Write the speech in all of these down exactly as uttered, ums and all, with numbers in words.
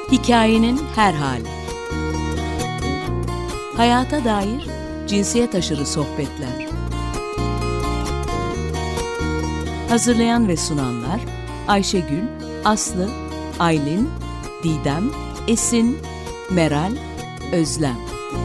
Hikayenin her hali. Hayata dair cinsiyet aşırı sohbetler. Hazırlayan ve sunanlar Ayşegül, Aslı, Aylin, Didem, Esin, Meral, Özlem.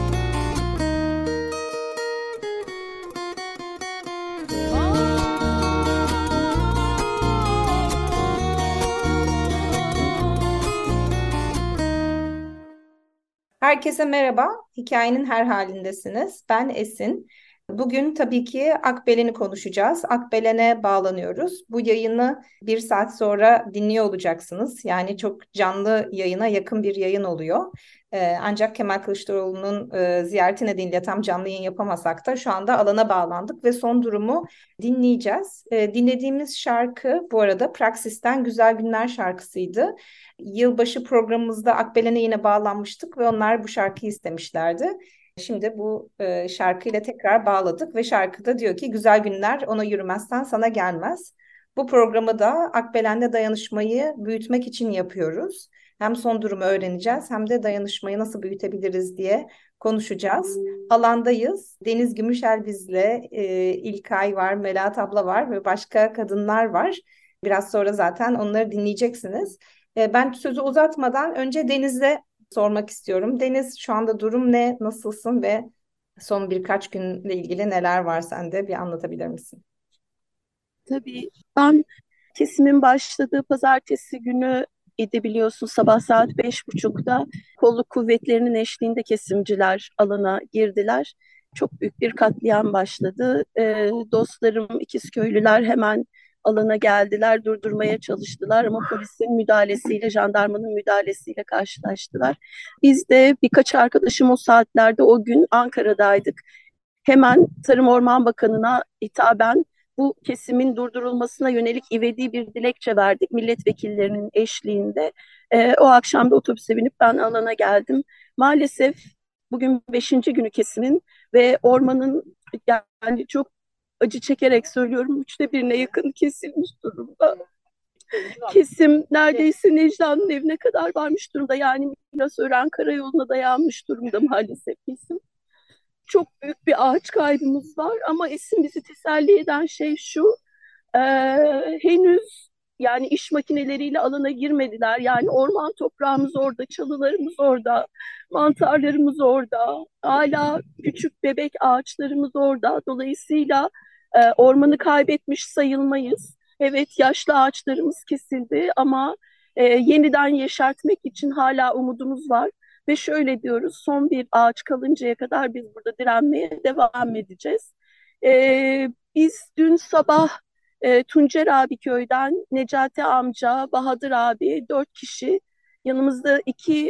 Herkese merhaba. Hikayenin her halindesiniz. Ben Esin. Bugün tabii ki Akbelen'i konuşacağız. Akbelen'e bağlanıyoruz. Bu yayını bir saat sonra dinliyor olacaksınız. Yani çok canlı yayına yakın bir yayın oluyor. Ee, ancak Kemal Kılıçdaroğlu'nun e, ziyareti nedeniyle tam canlı yayın yapamasak da şu anda alana bağlandık ve son durumu dinleyeceğiz. Ee, dinlediğimiz şarkı bu arada Praxis'ten Güzel Günler şarkısıydı. Yılbaşı programımızda Akbelen'e yine bağlanmıştık ve onlar bu şarkıyı istemişlerdi. Şimdi bu e, şarkıyla tekrar bağladık ve şarkıda diyor ki güzel günler ona yürümezsen sana gelmez. Bu programı da Akbelen'de dayanışmayı büyütmek için yapıyoruz. Hem son durumu öğreneceğiz hem de dayanışmayı nasıl büyütebiliriz diye konuşacağız. Alandayız. Deniz Gümüşel bizle, e, İlkay var, Melahat abla var ve başka kadınlar var. Biraz sonra zaten onları dinleyeceksiniz. E, ben sözü uzatmadan önce Deniz'le sormak istiyorum. Deniz, şu anda durum ne? Nasılsın ve son birkaç günle ilgili neler var sende? Bir anlatabilir misin? Tabii ben kesimin başladığı pazartesi günü idi biliyorsun sabah saat beş buçukta kolluk kuvvetlerinin eşliğinde kesimciler alana girdiler. Çok büyük bir katliam başladı. Ee, dostlarım İkizköylüler hemen alana geldiler, durdurmaya çalıştılar ama polisin müdahalesiyle, jandarmanın müdahalesiyle karşılaştılar. Biz de birkaç arkadaşım o saatlerde o gün Ankara'daydık. Hemen Tarım Orman Bakanı'na hitaben bu kesimin durdurulmasına yönelik ivedi bir dilekçe verdik milletvekillerinin eşliğinde. E, o akşam da otobüse binip ben alana geldim. Maalesef bugün beşinci günü kesimin ve ormanın, yani çok acı çekerek söylüyorum, üçte birine yakın kesilmiş durumda. Kesim neredeyse Necla'nın evine kadar varmış durumda. Yani Milas-Ören Karayolu'na dayanmış durumda maalesef kesim. Çok büyük bir ağaç kaybımız var ama Esin bizi teselli eden şey şu: e, henüz yani iş makineleriyle alana girmediler. Yani orman toprağımız orada, çalılarımız orada, mantarlarımız orada, hala küçük bebek ağaçlarımız orada. Dolayısıyla e, ormanı kaybetmiş sayılmayız. Evet, yaşlı ağaçlarımız kesildi ama e, yeniden yeşertmek için hala umudumuz var. Ve şöyle diyoruz, son bir ağaç kalıncaya kadar biz burada direnmeye devam edeceğiz. Ee, biz dün sabah e, Tuncer abi köyden Necati amca, Bahadır abi, dört kişi, yanımızda iki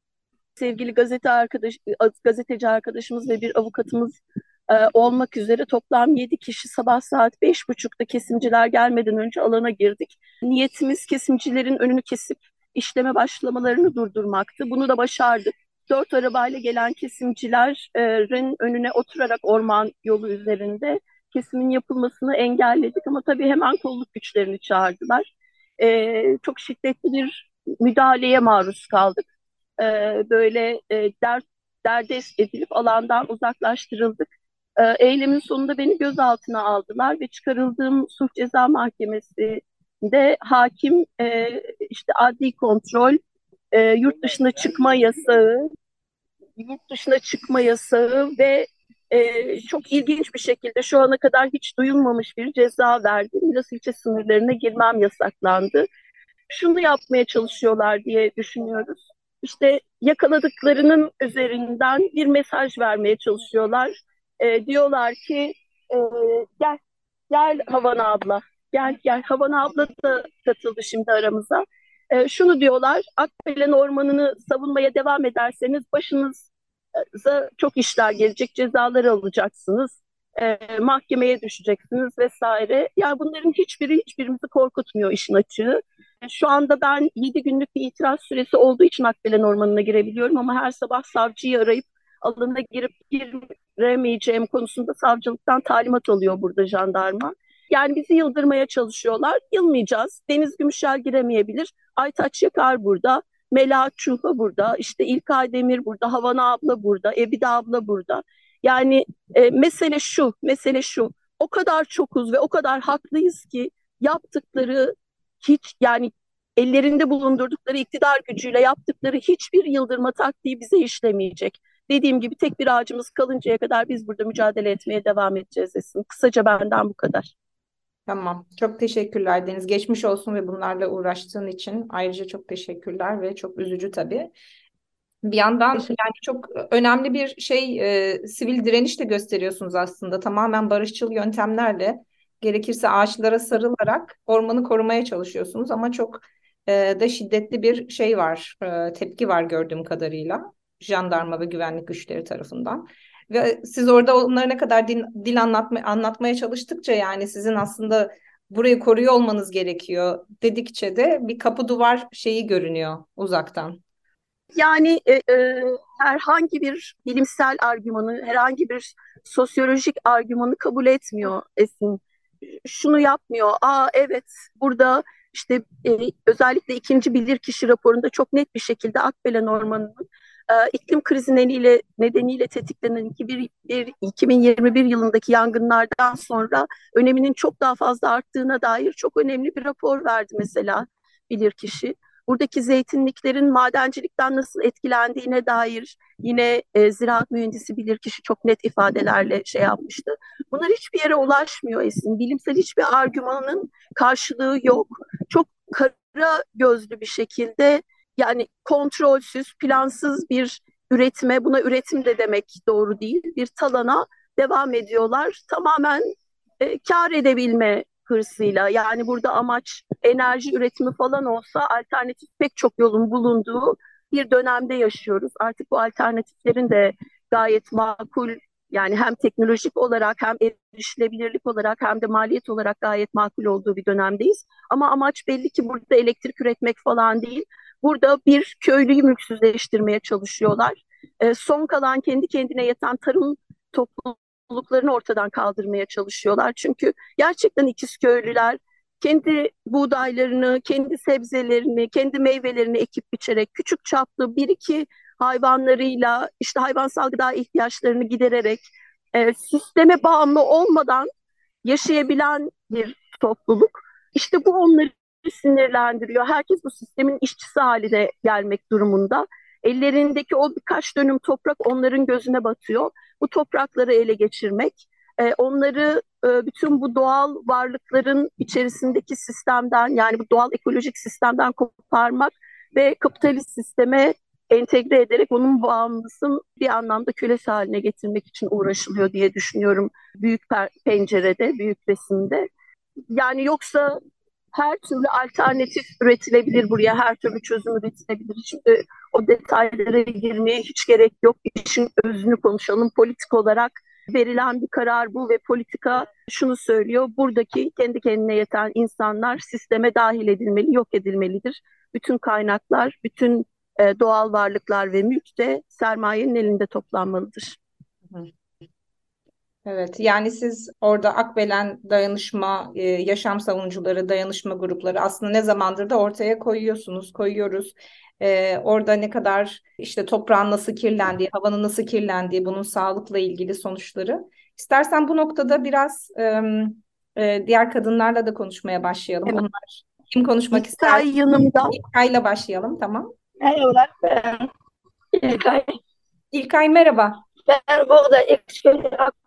sevgili gazete arkadaş, gazeteci arkadaşımız ve bir avukatımız e, olmak üzere toplam yedi kişi sabah saat beş buçukta kesimciler gelmeden önce alana girdik. Niyetimiz kesimcilerin önünü kesip işleme başlamalarını durdurmaktı. Bunu da başardık. Dört arabayla gelen kesimcilerin önüne oturarak orman yolu üzerinde kesimin yapılmasını engelledik ama tabii hemen kolluk güçlerini çağırdılar. Ee, çok şiddetli bir müdahaleye maruz kaldık. Ee, böyle e, dert, derdest edilip alandan uzaklaştırıldık. Ee, eylemin sonunda beni gözaltına aldılar ve çıkarıldığım Sulh Ceza Mahkemesi'nde hakim e, işte adli kontrol, e, yurt dışına çıkma yasağı, yurt dışına çıkma yasağı ve e, çok ilginç bir şekilde şu ana kadar hiç duyulmamış bir ceza verdi. Milas ilçe sınırlarına girmem yasaklandı. Şunu yapmaya çalışıyorlar diye düşünüyoruz. İşte yakaladıklarının üzerinden bir mesaj vermeye çalışıyorlar. E, diyorlar ki e, gel, gel Havana abla, gel gel. Havana abla da katıldı şimdi aramıza. E, şunu diyorlar, Akbelen Ormanı'nı savunmaya devam ederseniz başınıza çok işler gelecek, cezaları alacaksınız, e, mahkemeye düşeceksiniz vesaire. Yani bunların hiçbiri hiçbirimizi korkutmuyor işin açığı. Şu anda ben yedi günlük bir itiraz süresi olduğu için Akbelen Ormanı'na girebiliyorum ama her sabah savcıyı arayıp alana girip giremeyeceğim konusunda savcılıktan talimat alıyor burada jandarma. Yani bizi yıldırmaya çalışıyorlar. Yılmayacağız. Deniz Gümüşel giremeyebilir. Aytaç Yakar burada. Melahat Çuha burada, işte İlkay Demir burada, Havana abla burada, Ebide abla burada. Yani e, mesele şu, mesele şu. O kadar çokuz ve o kadar haklıyız ki yaptıkları hiç, yani ellerinde bulundurdukları iktidar gücüyle yaptıkları hiçbir yıldırma taktiği bize işlemeyecek. Dediğim gibi tek bir ağacımız kalıncaya kadar biz burada mücadele etmeye devam edeceğiz Esin. Kısaca benden bu kadar. Tamam. Çok teşekkürler Deniz. Geçmiş olsun ve bunlarla uğraştığın için ayrıca çok teşekkürler ve çok üzücü tabii. Bir yandan yani çok önemli bir şey, e, sivil direniş de gösteriyorsunuz aslında. Tamamen barışçıl yöntemlerle, gerekirse ağaçlara sarılarak ormanı korumaya çalışıyorsunuz ama çok e, da şiddetli bir şey var, e, tepki var gördüğüm kadarıyla jandarma ve güvenlik güçleri tarafından. Ve siz orada onlara ne kadar dil, dil anlatma, anlatmaya çalıştıkça, yani sizin aslında burayı koruyor olmanız gerekiyor dedikçe de bir kapı duvar şeyi görünüyor uzaktan. Yani e, e, herhangi bir bilimsel argümanı, herhangi bir sosyolojik argümanı kabul etmiyor Esin. Şunu yapmıyor. Aa evet, burada işte e, özellikle ikinci bilirkişi raporunda çok net bir şekilde Akbelen Ormanı'nın e, iklim krizi nedeniyle, nedeniyle tetiklenen iki bin iki bin yirmi bir yılındaki yangınlardan sonra öneminin çok daha fazla arttığına dair çok önemli bir rapor verdi mesela bilirkişi. Buradaki zeytinliklerin madencilikten nasıl etkilendiğine dair yine e, ziraat mühendisi bilirkişi çok net ifadelerle şey yapmıştı. Bunlar hiçbir yere ulaşmıyor Esin. Bilimsel hiçbir argümanın karşılığı yok. Çok kara gözlü bir şekilde, yani kontrolsüz, plansız bir üretime, buna üretim de demek doğru değil, bir talana devam ediyorlar. Tamamen e, kar edebilme hırsıyla. Yani burada amaç enerji üretimi falan olsa alternatif pek çok yolun bulunduğu bir dönemde yaşıyoruz. Artık bu alternatiflerin de gayet makul, yani hem teknolojik olarak hem erişilebilirlik olarak hem de maliyet olarak gayet makul olduğu bir dönemdeyiz. Ama amaç belli ki burada elektrik üretmek falan değil. Burada bir köylüyü mülksüzleştirmeye çalışıyorlar. E, son kalan kendi kendine yeten tarım topluluklarını ortadan kaldırmaya çalışıyorlar. Çünkü gerçekten ikizköylüler kendi buğdaylarını, kendi sebzelerini, kendi meyvelerini ekip biçerek küçük çaplı bir iki hayvanlarıyla işte hayvansal gıda ihtiyaçlarını gidererek e, sisteme bağımlı olmadan yaşayabilen bir topluluk. İşte bu onları sinirlendiriyor. Herkes bu sistemin işçisi haline gelmek durumunda. Ellerindeki o birkaç dönüm toprak onların gözüne batıyor. Bu toprakları ele geçirmek, e, onları e, bütün bu doğal varlıkların içerisindeki sistemden, yani bu doğal ekolojik sistemden koparmak ve kapitalist sisteme entegre ederek onun bağımlısını bir anlamda kölesi haline getirmek için uğraşılıyor diye düşünüyorum büyük pencerede, büyük resimde. Yani yoksa her türlü alternatif üretilebilir buraya, her türlü çözüm üretilebilir. Şimdi o detaylara girmeye hiç gerek yok. İşin özünü konuşalım. Politik olarak verilen bir karar bu ve politika şunu söylüyor. Buradaki kendi kendine yeten insanlar sisteme dahil edilmeli, yok edilmelidir. Bütün kaynaklar, bütün e, doğal varlıklar ve mülk de sermayenin elinde toplanmalıdır. Hı. Evet, yani siz orada Akbelen dayanışma, e, yaşam savunucuları, dayanışma grupları aslında ne zamandır da ortaya koyuyorsunuz, koyuyoruz. E, orada ne kadar işte toprağın nasıl kirlendiği, havanın nasıl kirlendiği, bunun sağlıkla ilgili sonuçları. İstersen bu noktada biraz e, e, diğer kadınlarla da konuşmaya başlayalım. Evet. Onlar kim konuşmak ister? İlkay yanımda. İlkay'la başlayalım, tamam. Merhabalar, ben İlkay. İlkay merhaba. Ben burada Ekşi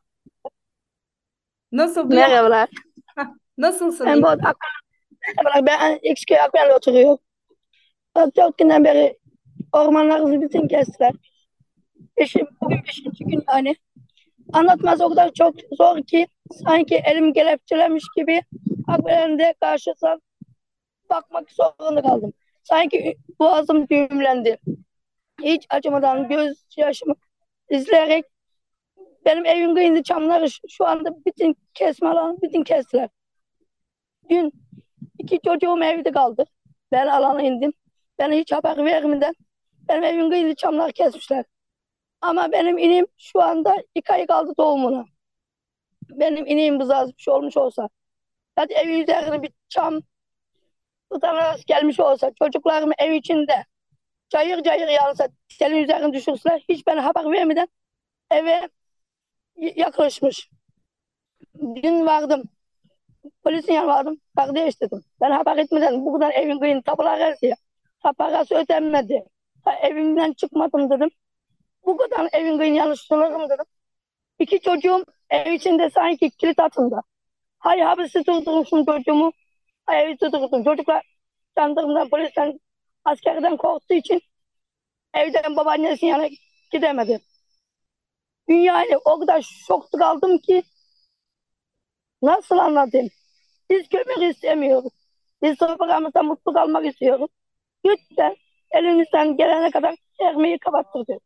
Nasıl duyamadım? Merhabalar. Heh, nasılsın? Ben burada Merhabalar, ben Ekşiköy Akben'de oturuyorum. Dört günden beri ormanlarımızı bütün kestiler. Beşim, bugün beşinci gün yani. Anlatması o kadar çok zor ki sanki elim kelepçelemiş gibi Akben'de karşısına bakmak zorunda kaldım. Sanki boğazım düğümlendi. Hiç acımadan göz yaşımı izleyerek benim evin kıyında çamları şu, şu anda bütün kesme alanı bütün kestiler. Dün iki çocuğum evde kaldı. Ben alana indim. Bana hiç haber vermeden benim evin kıyında çamları kesmişler. Ama benim ineğim şu anda iki ay kaldı doğumuna. Benim ineğim bızaz bir şey olmuş olsa, hadi evin üzerine bir çam tutamaz gelmiş olsa, çocuklarım ev içinde Cayır cayır yansa, selin üzerine düşürseler hiç bana haber vermeden eve y- yaklaşmış. Dün vardım. Polisin yanına vardım. Kardeş dedim. Ben haber etmeden bu kadar evin kıyın tapular geldi ya. Ha, parası ödenmedi. Ha, evimden çıkmadım dedim. Bu kadar evin kıyın yanlışlarım dedim. İki çocuğum ev içinde sanki kilit altında. Hay hapisi tutturmuşum çocuğumu. Hay evi tutturmuşum. Çocuklar jandarmadan, polisten, askerden korktuğu için evden babaannesinin yanına gidemedi. Dünyayı o kadar şokta kaldım ki nasıl anlatayım? Biz kömür istemiyoruz. Biz toprağımızda mutlu kalmak istiyoruz. Lütfen elinizden gelene kadar ekmeği kapattırdı.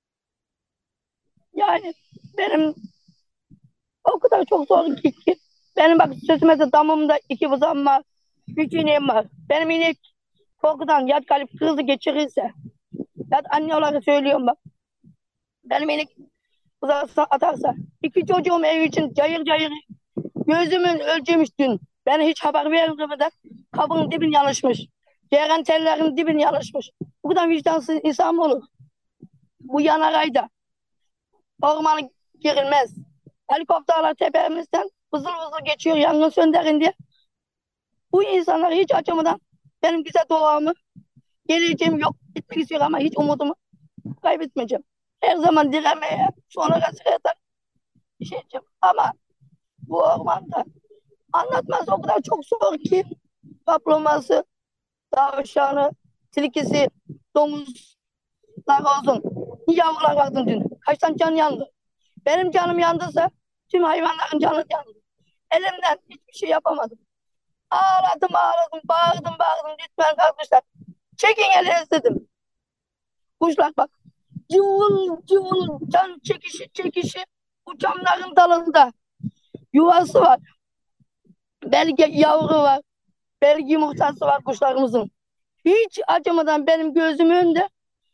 Yani benim o kadar çok zor ki, ki benim bak sözüme de damımda iki buzağım var. Üç ineğim var. Benim inek korkudan yat kalp krizi geçirirse, yat anne olarak söylüyorum bak. Benim inek uzaktan atarsa, iki çocuğum ev için cayır cayır gözümün ölçülmüş dün. Ben hiç haber vermeden kabın dibin yanlışmış. Ceyran tellerin dibin yanlışmış. Bu kadar vicdansız insan mı olur? Bu yanarayda ormana girilmez. Helikopterler tepemizden vızıl vızıl geçiyor yangın söndürün diye. Bu insanlar hiç acımadan benim güzel doğamı, geleceğim yok, gitmek istiyor ama hiç umudumu kaybetmeyeceğim. Her zaman direnmeye, sonra kadar bir şey yapacağım. Ama bu ormanda anlatması o kadar çok zor ki kaplumbağası, tavşanı, tilkisi, domuzlar olsun. Yavrular vardı dün. Kaç tane can yandı. Benim canım yandıysa tüm hayvanların canı yandı. Elimden hiçbir şey yapamadım. Ağladım ağladım, bağırdım bağırdım. Lütfen kardeşler çekin eliniz dedim. Kuşlar bak cıvıl cıvıl can çekişi çekişi uçanların dalında. Yuvası var. Belki yavru var. Belki yumurtası var kuşlarımızın. Hiç acımadan benim gözümün önünde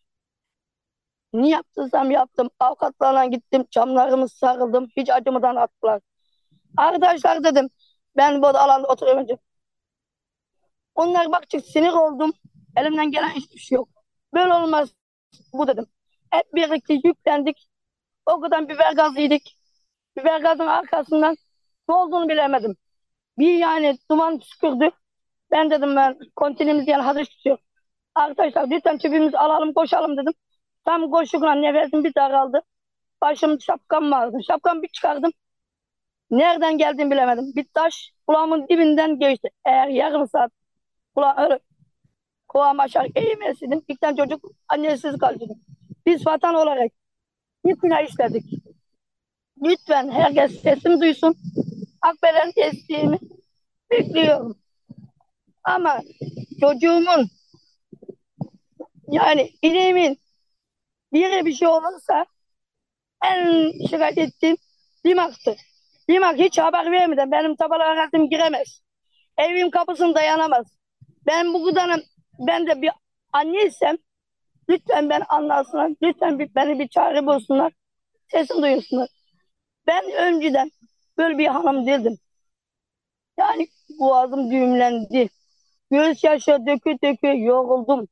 ne yaptıysam yaptım. Avukatlarına gittim. Camlarımı sarıldım. Hiç acımadan attılar. Arkadaşlar dedim. Ben bu alanda oturuyorum. Onlar bakacak sinir oldum. Elimden gelen hiçbir şey yok. Böyle olmaz bu dedim. Hep birlikte yüklendik. O kadar biber gazı yedik. Biber gazının arkasından ne olduğunu bilemedim. Bir yani duman püskürdü. Ben dedim ben kontinimiz yani hazır tutuyor. Arkadaşlar lütfen tüpümüzü alalım koşalım dedim. Tam koşukla nefesim bir daraldı. Başım şapkam vardı. Şapkamı bir çıkardım. Nereden geldiğini bilemedim. Bir taş kulağımın dibinden geçti. Eğer yarım saat kulağım öyle kulağım aşağı eğmeseydim. İlk tane çocuk annesiz kaldı. Biz vatan olarak bir günah işledik. Lütfen herkes sesimi duysun. Akbelen desteğimi bekliyorum. Ama çocuğumun yani ineğimin biri bir şey olursa en şikayet ettiğim Limak'tır. Limak hiç haber vermeden benim tabalara kartım giremez. Evim kapısını dayanamaz. Ben bu kadarım, ben de bir anneysem lütfen ben anlasınlar. Lütfen bir, beni bir çare bulsunlar. Sesimi duysunlar. Ben önceden böyle bir hanım değildim. Yani boğazım düğümlendi. Göz yaşı dökü dökü yoruldum.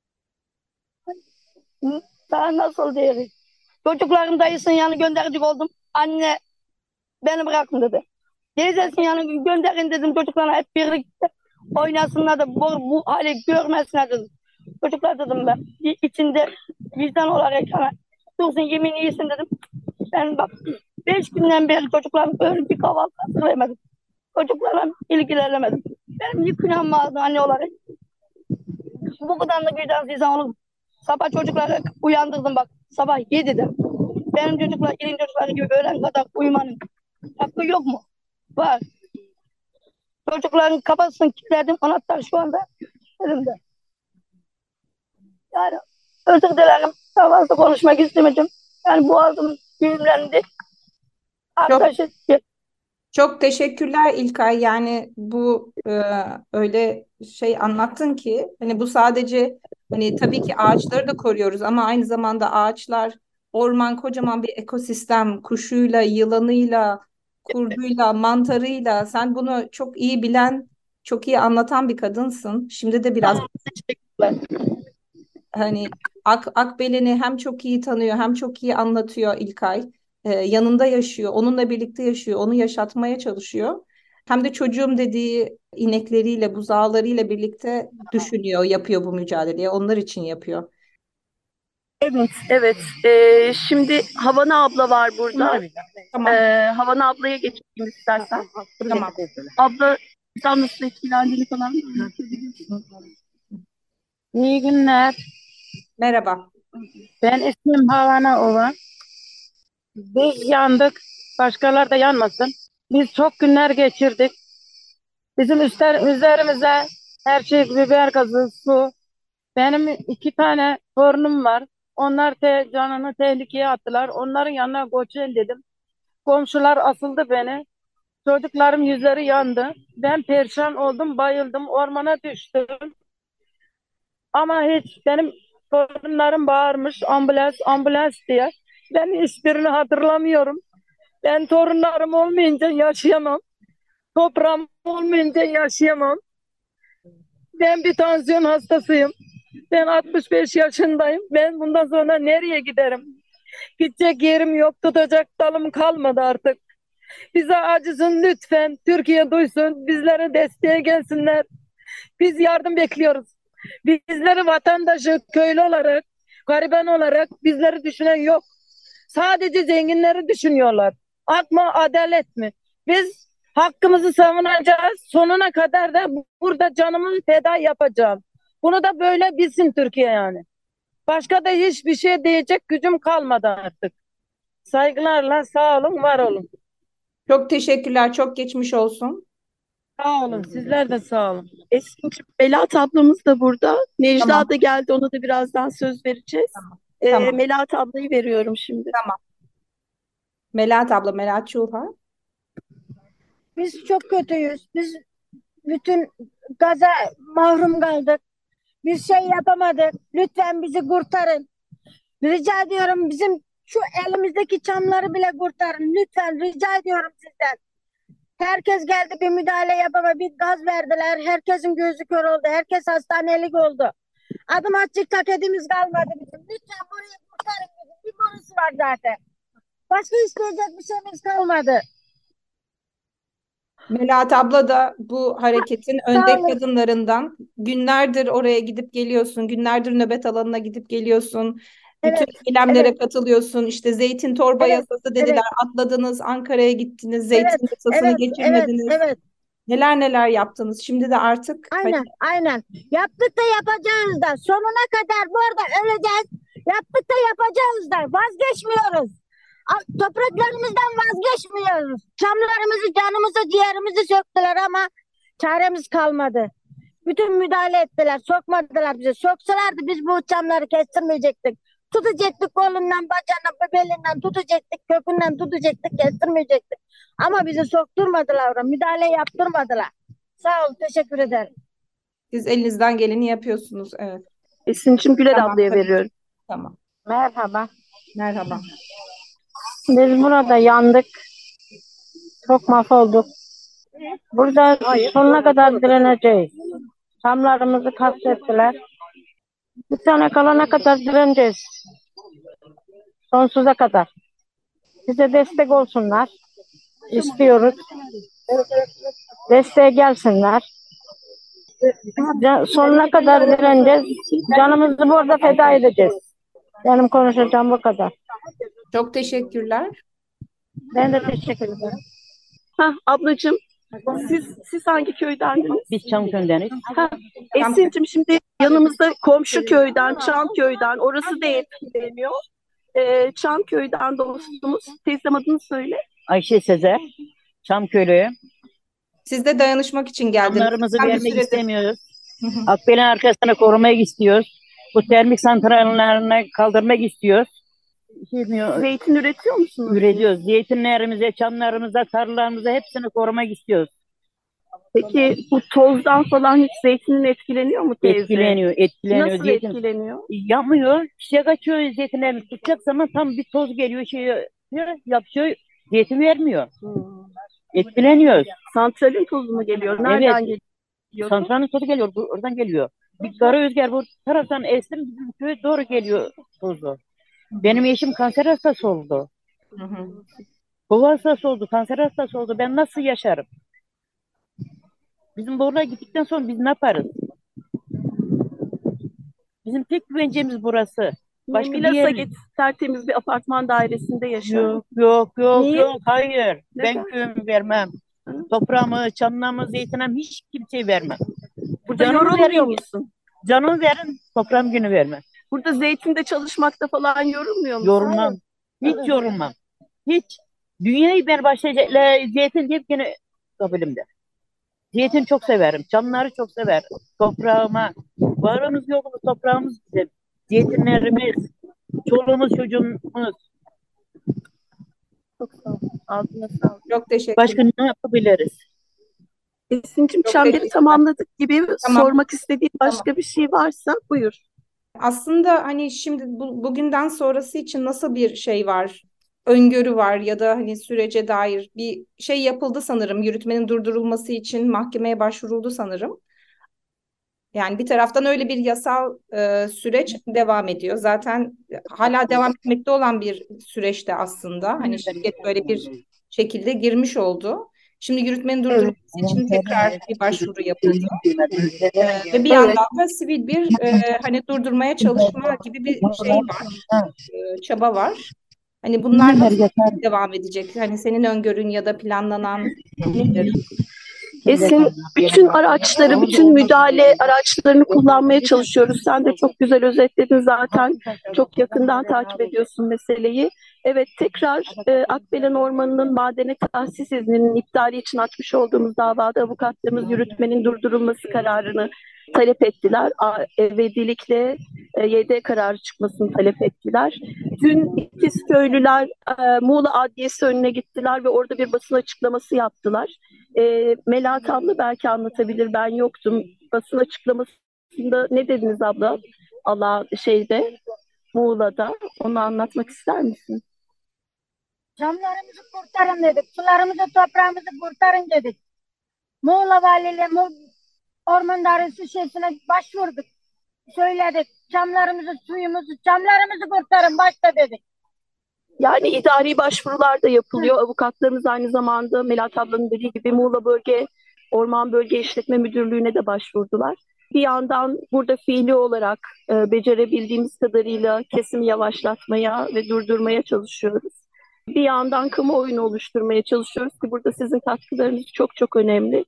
Daha nasıl diyeyim? Çocuklarım dayısının yanına gönderecek oldum. Anne beni bırakın dedi. Teyzesinin yanına gönderin dedim çocuklarına hep birlikte oynasınlar da bu, bu hali görmesinler dedim. Çocuklar dedim ben içinde vicdan olarak sana dursun yemin iyisin dedim. Ben bak beş günden beri çocuklarım öyle bir kahvaltı hazırlayamadım. Çocuklarla ilgilenemedim. Benim bir günahım vardı anne olarak. Bu kadar da vicdansız insan olur. Sabah çocukları uyandırdım bak sabah yedide. Benim çocuklar ilin çocukları gibi öğlen kadar uyumanın hakkı yok mu? Var. Çocukların kafasını kilitledim. Anahtar şu anda elimde. Yani özür dilerim. Daha fazla konuşmak istemedim. Yani boğazım düğümlendi. Çok Arkadaşı Çok teşekkürler İlkay. Yani bu e, öyle şey anlattın ki hani bu sadece hani tabii ki ağaçları da koruyoruz ama aynı zamanda ağaçlar orman kocaman bir ekosistem kuşuyla, yılanıyla, kurduyla, mantarıyla sen bunu çok iyi bilen, çok iyi anlatan bir kadınsın. Şimdi de biraz teşekkürler. Hani Ak Akbelen'i hem çok iyi tanıyor hem çok iyi anlatıyor İlkay. Ee, yanında yaşıyor, onunla birlikte yaşıyor, onu yaşatmaya çalışıyor. Hem de çocuğum dediği inekleriyle, buzağlarıyla birlikte düşünüyor, yapıyor bu mücadeleyi. Onlar için yapıyor. Evet, evet. Ee, şimdi Havana abla var burada. Tamam, Ee, Havana ablaya geçeyim istersen. tamam. Abla sen nasıl etkilendiğini falan anlatabilirsin. İyi günler. Merhaba. Ben ismim Havana Ova. Biz yandık. Başkalar da yanmasın. Biz çok günler geçirdik. Bizim üstler, üzerimize her şey biber gazı, su. Benim iki tane torunum var. Onlar te, canını tehlikeye attılar. Onların yanına göçeyim dedim. Komşular asıldı beni. Çocuklarım yüzleri yandı. Ben perişan oldum, bayıldım. Ormana düştüm. Ama hiç benim torunlarım bağırmış ambulans ambulans diye. Ben hiçbirini hatırlamıyorum. Ben torunlarım olmayınca yaşayamam. Toprağım olmayınca yaşayamam. Ben bir tansiyon hastasıyım. Ben altmış beş yaşındayım. Ben bundan sonra nereye giderim? Gidecek yerim yok, tutacak dalım kalmadı artık. Bize acısın lütfen. Türkiye duysun, bizlere desteğe gelsinler. Biz yardım bekliyoruz. Bizleri vatandaşı, köylü olarak, gariban olarak bizleri düşünen yok. Sadece zenginleri düşünüyorlar. Hak mı, adalet mi? Biz hakkımızı savunacağız. Sonuna kadar da burada canımı feda yapacağım. Bunu da böyle bilsin Türkiye yani. Başka da hiçbir şey diyecek gücüm kalmadı artık. Saygılarla sağ olun, var olun. Çok teşekkürler. Çok geçmiş olsun. Sağ olun, sizler de sağ olun. Esin'cim, Melahat ablamız da burada. Necla Tamam. da geldi, ona da birazdan söz vereceğiz. Ee, Tamam. Melahat ablayı veriyorum şimdi. Melahat abla, Melahat Çulha. Biz çok kötüyüz. Biz bütün gaza mahrum kaldık. Bir şey yapamadık. Lütfen bizi kurtarın. Rica ediyorum, bizim şu elimizdeki çamları bile kurtarın. Lütfen rica ediyorum sizden. Herkes geldi, bir müdahale yapamadı. Bir gaz verdiler. Herkesin gözü kör oldu. Herkes hastanelik oldu. Adım atacak taketimiz kalmadı bizim. Lütfen burayı kurtarın bizim. Bir borusu var zaten. Başka isteyecek bir şeyimiz kalmadı. Melahat abla da bu hareketin Sağ önde olun. kadınlarından. Günlerdir oraya gidip geliyorsun. Günlerdir nöbet alanına gidip geliyorsun. Bütün Evet, eylemlere evet, katılıyorsun. İşte zeytin torba evet, yasası dediler. evet, Atladınız, Ankara'ya gittiniz. evet, Zeytin yasasını evet, evet, geçirmediniz. evet. Neler neler yaptınız. Şimdi de artık hani Aynen, aynen. Yaptık da yapacağız da. Sonuna kadar bu arada öleceğiz. Yaptık da yapacağız da. Vazgeçmiyoruz. A- Topraklarımızdan vazgeçmiyoruz. Çamlarımızı, canımızı, ciğerimizi söktüler ama çaremiz kalmadı. Bütün müdahale ettiler, sokmadılar bizi. Soksalardı biz bu çamları kestirmeyecektik. Tutacaktık kolundan, bacağından, belinden tutacaktık, kökünden tutacaktık, kestirmeyecektik. Ama bizi sokturmadılar oraya, müdahale yaptırmadılar. Sağ ol, teşekkür ederim. siz elinizden geleni yapıyorsunuz. Evet. Esin'cim, Güler Tamam, ablaya tabii. veriyorum. Tamam. Merhaba. Merhaba. Biz burada yandık. Çok mahvolduk. Burada sonuna kadar direneceğiz. Çamlarımızı kastettiler. Bir tane kalana kadar direneceğiz. Sonsuza kadar. Bize destek olsunlar. İstiyoruz. Desteğe gelsinler. Can- sonuna kadar direneceğiz. Canımızı burada feda edeceğiz. Benim konuşacağım bu kadar. Çok teşekkürler. Ben de teşekkür ederim. Hah, ablacığım, siz siz hangi köydendiniz? Biz Çamköy'deniz. Ha, Esin'cim, şimdi yanımızda komşu köyden, Çanköy'den, orası da etkileniyor. Ee, Çanköy'den dostumuz. Teyzem, adını söyle. Ayşe Sezer, Çamköylü. Siz de dayanışmak için geldiniz. Canlarımızı Ben bir vermek süredir- istemiyoruz. Akbelen arkasını korumak istiyoruz. Bu termik santrallerini kaldırmak istiyoruz. Bilmiyorum. Zeytin üretiyor musunuz? Üretiyoruz. Zeytinlerimize, çamlarımıza, tarlalarımıza hepsini korumak istiyoruz. Peki bu tozdan falan hiç zeytinin etkileniyor mu teyze? Etkileniyor, etkileniyor. Nasıl Zeytin etkileniyor? yanmıyor. Çiçek açıyor, zeytinlerini tutacak zaman tam bir toz geliyor, şey yapıyor, zeytin vermiyor. Etkileniyoruz. Santralin tozu mu geliyor? Nereden Evet. geliyor? Santralin tozu geliyor, bu- oradan geliyor. Bir kara rüzgar bu taraftan estim bizim köye doğru geliyor tozu. Benim eşim kanser hastası oldu. Hı hı. Kova hastası oldu, kanser hastası oldu. Ben nasıl yaşarım? Bizim buralara gittikten sonra biz ne yaparız? Bizim tek güvencemiz burası. Başka bir Milas'a yer git, tertemiz bir apartman dairesinde yaşa. yok, yok, yok, Niye? yok. Hayır. Ben Neden? köyümü vermem. Hı? Toprağımı, çamlamı, zeytinimi hiç kimseye vermem. Burada Canımı yorulmuyor verin, musun? canımı verin, toprağım günü vermem. Burada zeytinde çalışmakta falan yorulmuyor musun? Yorulmam. Hiç yorulmam. Hiç. Dünyayı ben başlayacaklar zeytin deyip yine kabulümde. Zeytin çok severim. Çamları çok severim. Toprağıma. Varımız yokumuz toprağımız bizim. Zeytinlerimiz. Çoluğumuz çocuğumuz. Çok sağ ol. Ağzına sağlık. Çok teşekkür Başka ne yapabiliriz? Esin'cim Çok çemberi teşekkürler. tamamladık gibi Tamam. sormak istediğin başka Tamam. bir şey varsa buyur. Aslında hani şimdi bu, bugünden sonrası için nasıl bir şey var? Öngörü var ya da hani sürece dair bir şey yapıldı sanırım. Yürütmenin durdurulması için mahkemeye başvuruldu sanırım. Yani bir taraftan öyle bir yasal e, süreç devam ediyor. Zaten hala devam etmekte olan bir süreçte aslında. Hani şirket böyle bir şekilde girmiş oldu. Şimdi yürütmenin durdurulması için tekrar bir başvuru yapıldı. E, ve bir Evet. yandan da sivil bir e, hani durdurmaya çalışma gibi bir şey var, e, çaba var. Hani bunlar nasıl devam edecek? Hani senin öngörün ya da planlanan nedir? Esin, bütün araçları, bütün müdahale araçlarını kullanmaya çalışıyoruz. Sen de çok güzel özetledin zaten. Çok yakından takip ediyorsun meseleyi. Evet, tekrar e, Akbelen Ormanı'nın madene tahsis izninin iptali için açmış olduğumuz davada avukatlarımız yürütmenin durdurulması kararını talep ettiler. A- Evvedilikle e, Y D kararı çıkmasını talep ettiler. Dün İkizköylüler e, Muğla Adliyesi önüne gittiler ve orada bir basın açıklaması yaptılar. E, Melahat abla belki anlatabilir, ben yoktum. Basın açıklamasında ne dediniz abla? Allah şeyde, Muğla'da. Onu anlatmak ister misin? Camlarımızı kurtarın dedik. Sularımızı, toprağımızı kurtarın dedik. Muğla Valiliği, Mu Orman Dairesi şeysine başvurduk. Söyledik. Camlarımızı, suyumuzu, camlarımızı kurtarın başta dedik. Yani idari başvurular da yapılıyor. Avukatlarımız aynı zamanda Melahat ablanın dediği gibi Muğla Bölge Orman Bölge İşletme Müdürlüğü'ne de başvurdular. Bir yandan burada fiili olarak e, becerebildiğimiz kadarıyla kesimi yavaşlatmaya ve durdurmaya çalışıyoruz. Bir yandan kamuoyunu oluşturmaya çalışıyoruz ki burada sizin katkılarınız çok çok önemli.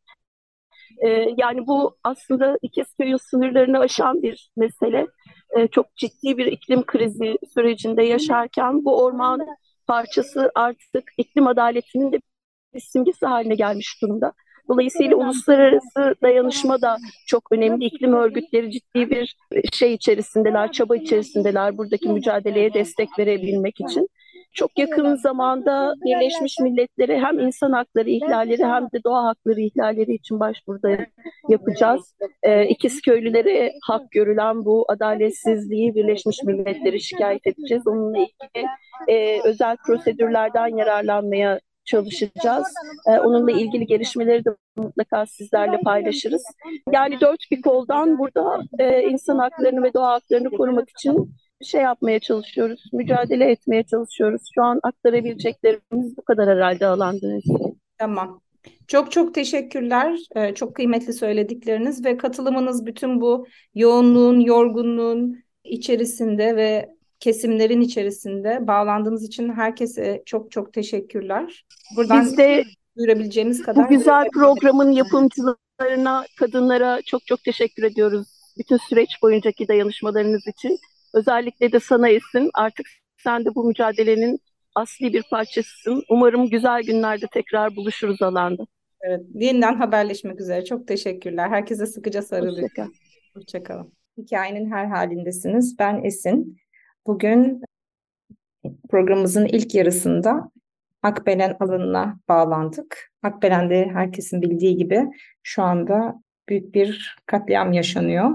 Ee, yani bu aslında İkizköy'ün sınırlarını aşan bir mesele. Ee, çok ciddi bir iklim krizi sürecinde yaşarken bu orman parçası artık iklim adaletinin de bir simgesi haline gelmiş durumda. Dolayısıyla uluslararası dayanışma da çok önemli. İklim örgütleri ciddi bir şey içerisindeler, çaba içerisindeler buradaki mücadeleye destek verebilmek için. Çok yakın zamanda Birleşmiş Milletler'e hem insan hakları ihlalleri hem de doğa hakları ihlalleri için başvuruda yapacağız. Ee, İkizköylülere hak görülen bu adaletsizliği Birleşmiş Milletler'e şikayet edeceğiz. Onunla ilgili e, özel prosedürlerden yararlanmaya çalışacağız. Ee, onunla ilgili gelişmeleri de mutlaka sizlerle paylaşırız. Yani dört bir koldan burada e, insan haklarını ve doğa haklarını korumak için şey yapmaya çalışıyoruz, mücadele etmeye çalışıyoruz. Şu an aktarabileceklerimiz bu kadar herhalde alanda. Tamam. Çok çok teşekkürler. Ee, çok kıymetli söyledikleriniz ve katılımınız bütün bu yoğunluğun, yorgunluğun içerisinde ve kesimlerin içerisinde bağlandığınız için herkese çok çok teşekkürler. Buradan Biz de duyurabileceğimiz kadar bu güzel programın yapımcılarına, kadınlara çok çok teşekkür ediyoruz. Bütün süreç boyuncaki dayanışmalarınız için. Özellikle de sana Esin, artık sen de bu mücadelenin asli bir parçasısın. Umarım güzel günlerde tekrar buluşuruz alanda. Evet, yeniden haberleşmek üzere. Çok teşekkürler. Herkese sıkıca sarılıyorum. Hoşça kal. Hoşçakalın. Hikayenin her halindesiniz. Ben Esin. Bugün programımızın ilk yarısında Akbelen alanına bağlandık. Akbelen'de herkesin bildiği gibi şu anda büyük bir katliam yaşanıyor.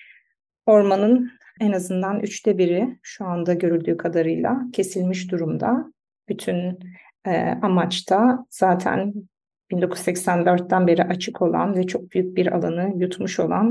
Ormanın en azından üçte biri şu anda görüldüğü kadarıyla kesilmiş durumda. Bütün e, amaç da zaten bin dokuz yüz seksen dörtten beri açık olan ve çok büyük bir alanı yutmuş olan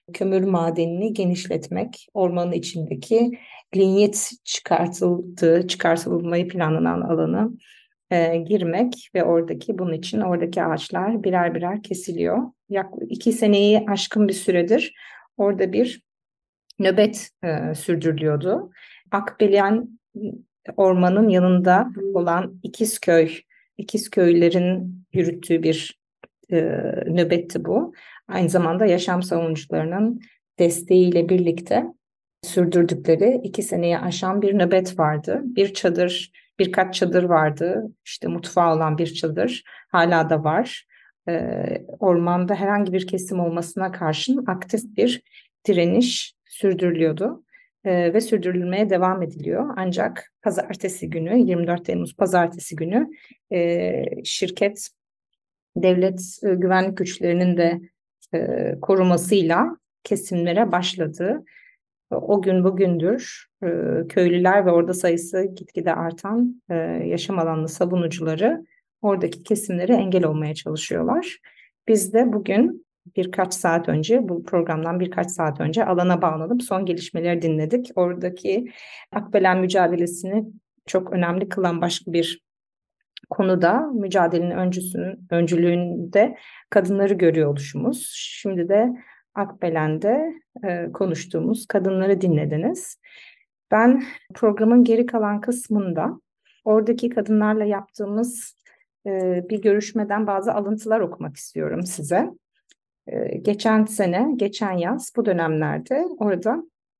kömür madenini genişletmek, ormanın içindeki linyit çıkartıldığı, çıkartılmayı planlanan alanı e, girmek ve oradaki bunun için oradaki ağaçlar birer birer kesiliyor. Yaklaşık iki seneyi aşkın bir süredir orada bir nöbet e, sürdürülüyordu. Akbelen ormanın yanında olan İkizköy, İkizköylerin yürüttüğü bir e, nöbetti bu. Aynı zamanda yaşam savunucularının desteğiyle birlikte sürdürdükleri iki seneyi aşan bir nöbet vardı. Bir çadır, birkaç çadır vardı. İşte mutfağı olan bir çadır hala da var. Ee, ormanda herhangi bir kesim olmasına karşın aktif bir direniş sürdürülüyordu. Ee, ve sürdürülmeye devam ediliyor. Ancak pazartesi günü, yirmi dört Temmuz pazartesi günü e, şirket devlet e, güvenlik güçlerinin de e, korumasıyla kesimlere başladı. O gün bugündür e, köylüler ve orada sayısı gitgide artan e, yaşam alanlı savunucuları oradaki kesimlere engel olmaya çalışıyorlar. Biz de bugün birkaç saat önce, bu programdan birkaç saat önce alana bağlanıp son gelişmeleri dinledik. Oradaki Akbelen mücadelesini çok önemli kılan başka bir konuda mücadelenin öncüsünün öncülüğünde kadınları görüyor oluşumuz. Şimdi de Akbelen'de e, konuştuğumuz kadınları dinlediniz. Ben programın geri kalan kısmında oradaki kadınlarla yaptığımız e, bir görüşmeden bazı alıntılar okumak istiyorum size. E, geçen sene, geçen yaz bu dönemlerde orada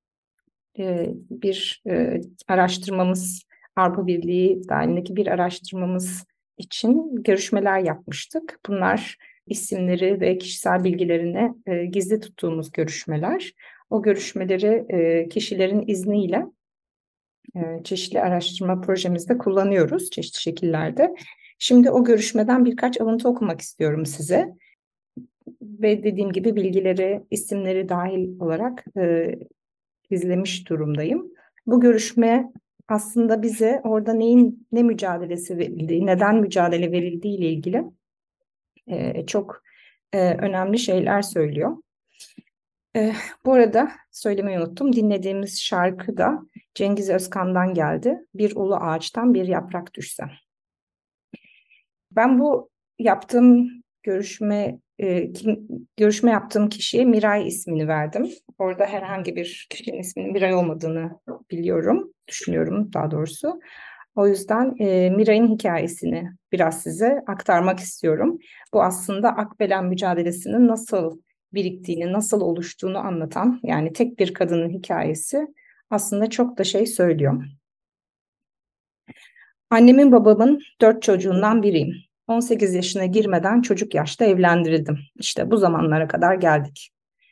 e, bir e, araştırmamız, Avrupa Birliği dahilindeki bir araştırmamız için görüşmeler yapmıştık. Bunlar isimleri ve kişisel bilgilerini e, gizli tuttuğumuz görüşmeler. O görüşmeleri e, kişilerin izniyle e, çeşitli araştırma projemizde kullanıyoruz çeşitli şekillerde. Şimdi o görüşmeden birkaç alıntı okumak istiyorum size. Ve dediğim gibi bilgileri, isimleri dahil olarak e, izlemiş durumdayım. Bu görüşme aslında bize orada neyin ne mücadelesi verildiği, neden mücadele verildiği ile ilgili e, çok e, önemli şeyler söylüyor. E, bu arada söylemeyi unuttum. Dinlediğimiz şarkı da Cengiz Özkan'dan geldi. Bir ulu ağaçtan bir yaprak düşse. Ben bu yaptığım görüşme e, kim, görüşme yaptığım kişiye Miray ismini verdim. Orada herhangi bir kişinin isminin Miray olmadığını biliyorum, düşünüyorum daha doğrusu. O yüzden e, Miray'ın hikayesini biraz size aktarmak istiyorum. Bu aslında Akbelen mücadelesinin nasıl biriktiğini, nasıl oluştuğunu anlatan, yani tek bir kadının hikayesi aslında çok da şey söylüyor. Annemin babamın dört çocuğundan biriyim. on sekiz yaşına girmeden çocuk yaşta evlendirildim. İşte bu zamanlara kadar geldik.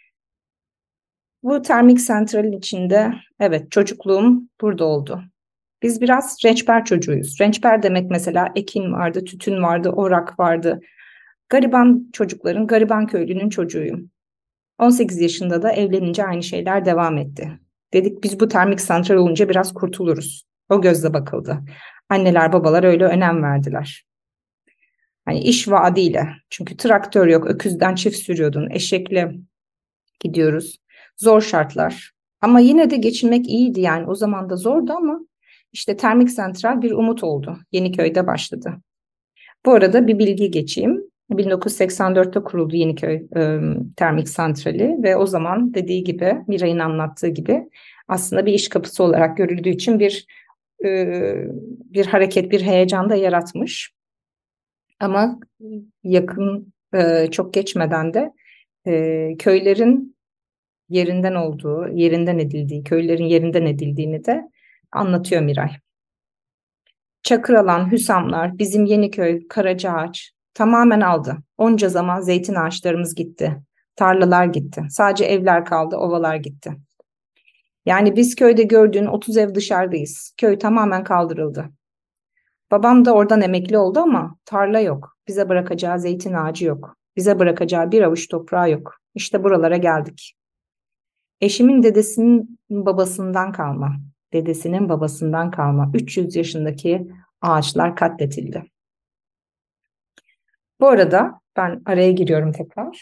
Bu termik santralin içinde, evet, çocukluğum burada oldu. Biz biraz rençper çocuğuyuz. Rençper demek mesela ekin vardı, tütün vardı, orak vardı. Gariban çocukların, gariban köylünün çocuğuyum. on sekiz yaşında da evlenince aynı şeyler devam etti. Dedik biz bu termik santral olunca biraz kurtuluruz. O gözle bakıldı. Anneler babalar öyle önem verdiler. Hani iş vaadiyle. Çünkü traktör yok, öküzden çift sürüyordun, eşekle gidiyoruz. Zor şartlar. Ama yine de geçinmek iyiydi yani. O zaman da zordu ama işte termik santral bir umut oldu. Yeniköy'de başladı. Bu arada bir bilgi geçeyim. bin dokuz yüz seksen dörtte kuruldu Yeniköy e, Termik Santrali ve o zaman dediği gibi, Miray'ın anlattığı gibi aslında bir iş kapısı olarak görüldüğü için bir e, bir hareket, bir heyecan da yaratmış. Ama yakın e, çok geçmeden de e, köylerin yerinden olduğu, yerinden edildiği, köylerin yerinden edildiğini de anlatıyor Miray. Çakıralan, Hüsamlar, bizim Yeniköy, Karacaağaç tamamen aldı. Onca zaman zeytin ağaçlarımız gitti. Tarlalar gitti. Sadece evler kaldı, ovalar gitti. Yani biz köyde gördüğün otuz ev dışarıdayız. Köy tamamen kaldırıldı. Babam da oradan emekli oldu ama tarla yok. Bize bırakacağı zeytin ağacı yok. Bize bırakacağı bir avuç toprağı yok. İşte buralara geldik. Eşimin dedesinin babasından kalma, dedesinin babasından kalma üç yüz yaşındaki ağaçlar katledildi. Bu arada ben araya giriyorum tekrar.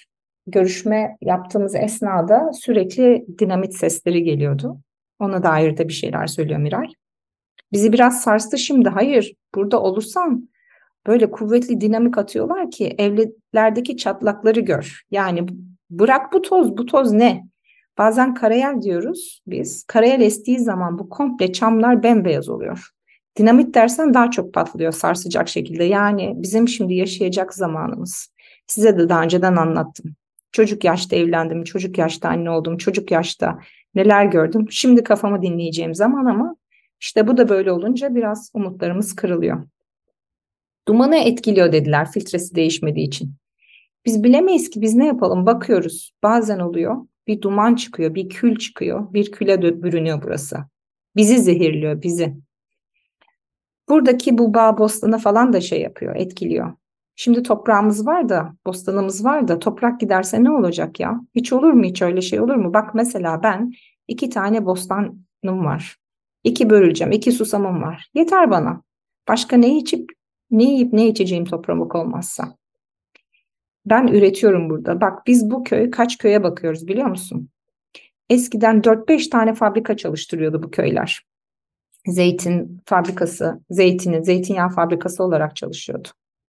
görüşme yaptığımız esnada sürekli dinamit sesleri geliyordu. Ona dair de bir şeyler söylüyor Miray. Bizi biraz sarstı şimdi. Hayır, burada olursan böyle kuvvetli dinamik atıyorlar ki evlerdeki çatlakları gör. Yani bırak bu toz, bu toz ne? Bazen karayel diyoruz biz. Karayel estiği zaman bu komple çamlar bembeyaz oluyor. Dinamit dersen daha çok patlıyor sarsacak şekilde. Yani bizim şimdi yaşayacak zamanımız. Size de daha önceden anlattım. Çocuk yaşta evlendim, çocuk yaşta anne oldum, çocuk yaşta neler gördüm. Şimdi kafamı dinleyeceğim zaman ama işte bu da böyle olunca biraz umutlarımız kırılıyor. Dumanı etkiliyor dediler filtresi değişmediği için. Biz bilemeyiz ki biz ne yapalım bakıyoruz. Bazen oluyor bir duman çıkıyor, bir kül çıkıyor, bir küle bürünüyor burası. Bizi zehirliyor, bizi. Buradaki bu bağ bostana falan da şey yapıyor, etkiliyor. Şimdi toprağımız var da, bostanımız var da toprak giderse ne olacak ya? Hiç olur mu, hiç öyle şey olur mu? Bak mesela ben iki tane bostanım var. İki böleceğim, iki susamım var. Yeter bana. Başka ne içip, ne yiyip ne içeceğim topramak olmazsa. Ben üretiyorum burada. Bak biz bu köy kaç köye bakıyoruz biliyor musun? Eskiden dört beş tane fabrika çalıştırıyordu bu köyler. Zeytin fabrikası, zeytini, zeytinyağı fabrikası olarak çalışıyordu.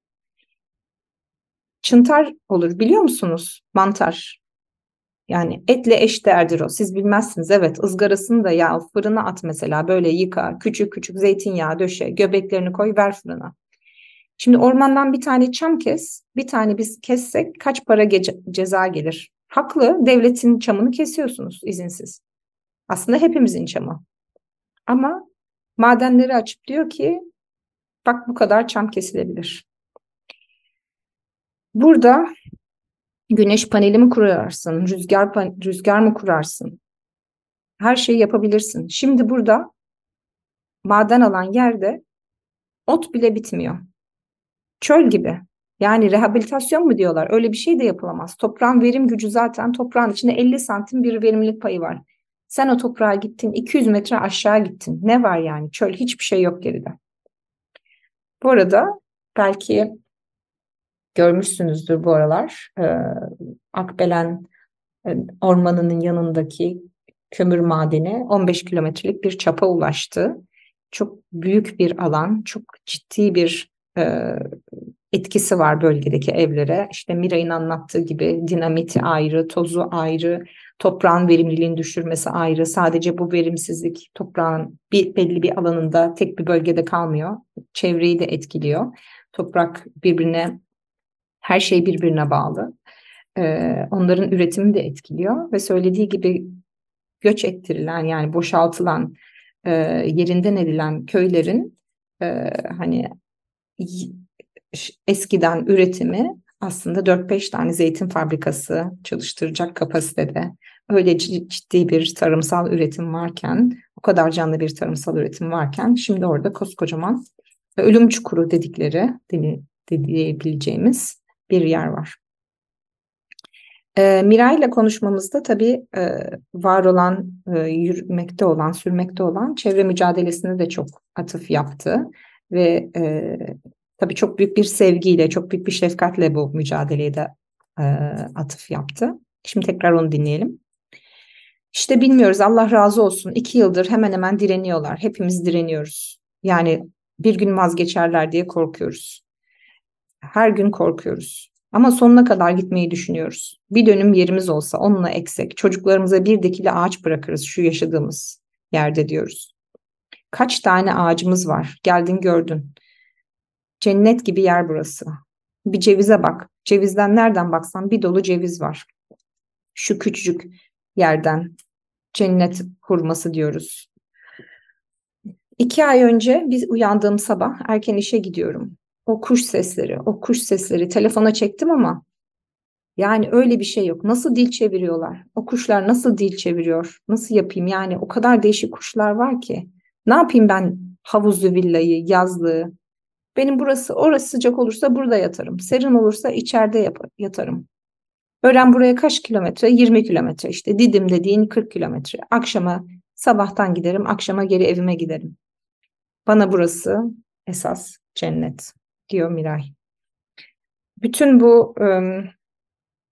Çıntar olur biliyor musunuz? Mantar. Yani etle eşdeğerdir o. Siz bilmezsiniz. Evet, ızgarasını da yağ fırına at mesela. Böyle yıka, küçük küçük zeytinyağı döşe, göbeklerini koy, ver fırına. Şimdi ormandan bir tane çam kes, bir tane biz kessek kaç para gece- ceza gelir? Haklı, devletin çamını kesiyorsunuz izinsiz. Aslında hepimizin çamı. Ama madenleri açıp diyor ki bak bu kadar çam kesilebilir. Burada güneş paneli mi kurarsın, rüzgar pan- rüzgar mı kurarsın? Her şeyi yapabilirsin. Şimdi burada maden alan yerde ot bile bitmiyor. Çöl gibi. Yani rehabilitasyon mu diyorlar? Öyle bir şey de yapılamaz. Toprağın verim gücü zaten toprağın içinde elli santim bir verimlilik payı var. Sen o toprağa gittin, iki yüz metre aşağı gittin. Ne var yani? Çöl, hiçbir şey yok geride. Bu arada belki görmüşsünüzdür bu aralar. Ee, Akbelen e, ormanının yanındaki kömür madeni on beş kilometrelik bir çapa ulaştı. Çok büyük bir alan, çok ciddi bir e, etkisi var bölgedeki evlere. İşte Miray'ın anlattığı gibi dinamiti ayrı, tozu ayrı, toprağın verimliliğini düşürmesi ayrı. Sadece bu verimsizlik toprağın bir belli bir alanında tek bir bölgede kalmıyor. Çevreyi de etkiliyor. Toprak birbirine, her şey birbirine bağlı. Ee, onların üretimini de etkiliyor ve söylediği gibi göç ettirilen yani boşaltılan e, yerinden edilen köylerin e, hani eskiden üretimi aslında dört beş tane zeytin fabrikası çalıştıracak kapasitede. Öyle ciddi bir tarımsal üretim varken, o kadar canlı bir tarımsal üretim varken şimdi orada koskocaman ölüm çukuru dedikleri diyebileceğimiz bir yer var. E, Miray'la konuşmamızda tabii e, var olan, e, yürümekte olan, sürmekte olan çevre mücadelesine de çok atıf yaptı. Ve e, tabii çok büyük bir sevgiyle, çok büyük bir şefkatle bu mücadeleye de e, atıf yaptı. Şimdi tekrar onu dinleyelim. İşte bilmiyoruz, Allah razı olsun. İki yıldır hemen hemen direniyorlar. Hepimiz direniyoruz. Yani bir gün vazgeçerler diye korkuyoruz. Her gün korkuyoruz. Ama sonuna kadar gitmeyi düşünüyoruz. Bir dönüm yerimiz olsa onunla eksek, çocuklarımıza bir dikili ağaç bırakırız şu yaşadığımız yerde diyoruz. Kaç tane ağacımız var? Geldin gördün. Cennet gibi yer burası. Bir cevize bak. Cevizden nereden baksan bir dolu ceviz var. Şu küçücük yerden cennet hurması diyoruz. İki ay önce biz uyandığım sabah erken işe gidiyorum. O kuş sesleri, o kuş sesleri telefona çektim ama yani öyle bir şey yok. Nasıl dil çeviriyorlar? O kuşlar nasıl dil çeviriyor? Nasıl yapayım? Yani o kadar değişik kuşlar var ki. Ne yapayım ben havuzlu villayı, yazlığı? Benim burası, orası sıcak olursa burada yatarım. Serin olursa içeride yap- yatarım. Öğren buraya kaç kilometre? yirmi kilometre işte. Didim dediğin kırk kilometre. Akşama sabahtan giderim, akşama geri evime giderim. Bana burası esas cennet diyor Miray. Bütün bu ım,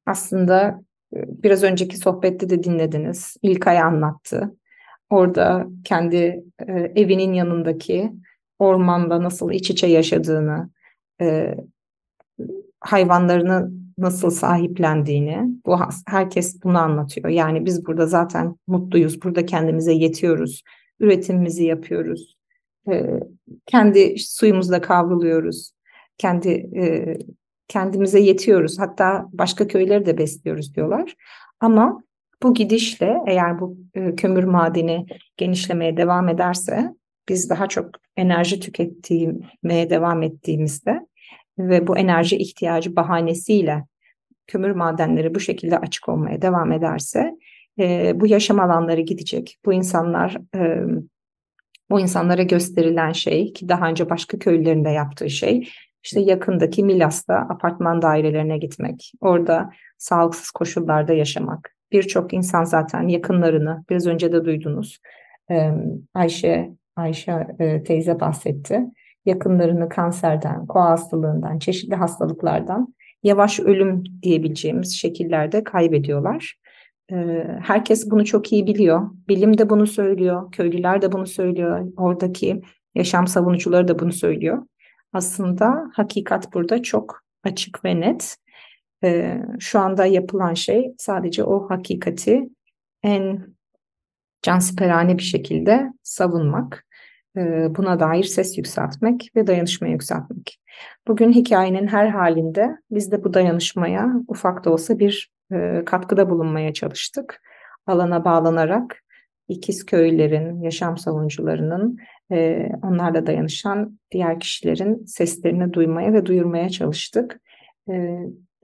Aslında e, biraz önceki sohbette de dinlediniz. İlkay anlattı. Orada kendi e, evinin yanındaki ormanda nasıl iç içe yaşadığını, e, hayvanlarını nasıl sahiplendiğini, bu herkes bunu anlatıyor. Yani biz burada zaten mutluyuz, burada kendimize yetiyoruz, üretimimizi yapıyoruz, e, kendi suyumuzla kavruluyoruz, kendi e, kendimize yetiyoruz. Hatta başka köyleri de besliyoruz diyorlar. Ama bu gidişle eğer bu e, kömür madeni genişlemeye devam ederse, biz daha çok enerji tüketmeye devam ettiğimizde ve bu enerji ihtiyacı bahanesiyle kömür madenleri bu şekilde açık olmaya devam ederse, e, bu yaşam alanları gidecek. Bu insanlar, e, bu insanlara gösterilen şey, ki daha önce başka köylerinde yaptığı şey, işte yakındaki Milas'ta apartman dairelerine gitmek, orada sağlıksız koşullarda yaşamak. Birçok insan zaten yakınlarını, biraz önce de duydunuz, e, Ayşe Ayşe e, teyze bahsetti. Yakınlarını kanserden, koa hastalığından, çeşitli hastalıklardan yavaş ölüm diyebileceğimiz şekillerde kaybediyorlar. Ee, herkes bunu çok iyi biliyor. Bilim de bunu söylüyor, köylüler de bunu söylüyor, oradaki yaşam savunucuları da bunu söylüyor. Aslında hakikat burada çok açık ve net. Ee, şu anda yapılan şey sadece o hakikati en cansiperane bir şekilde savunmak, buna dair ses yükseltmek ve dayanışma yükseltmek. Bugün hikayenin her halinde biz de bu dayanışmaya ufak da olsa bir e, katkıda bulunmaya çalıştık. Alana bağlanarak İkizköylerin, yaşam savunucularının, e, onlarla dayanışan diğer kişilerin seslerini duymaya ve duyurmaya çalıştık. E,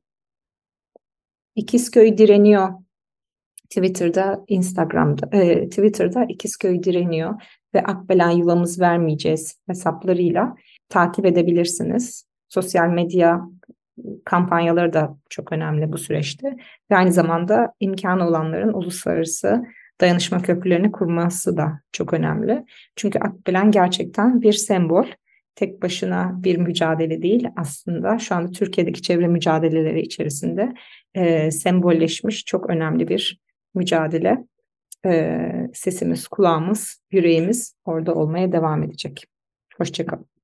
İkizköy direniyor. Twitter'da, Instagram'da, e, Twitter'da İkizköy direniyor ve Akbelen yuvamız vermeyeceğiz hesaplarıyla takip edebilirsiniz. Sosyal medya kampanyaları da çok önemli bu süreçte. Ve aynı zamanda imkanı olanların uluslararası dayanışma köprülerini kurması da çok önemli. Çünkü Akbelen gerçekten bir sembol. Tek başına bir mücadele değil, aslında şu anda Türkiye'deki çevre mücadeleleri içerisinde e, sembolleşmiş çok önemli bir mücadele. E, sesimiz, kulağımız, yüreğimiz orada olmaya devam edecek. Hoşça kalın.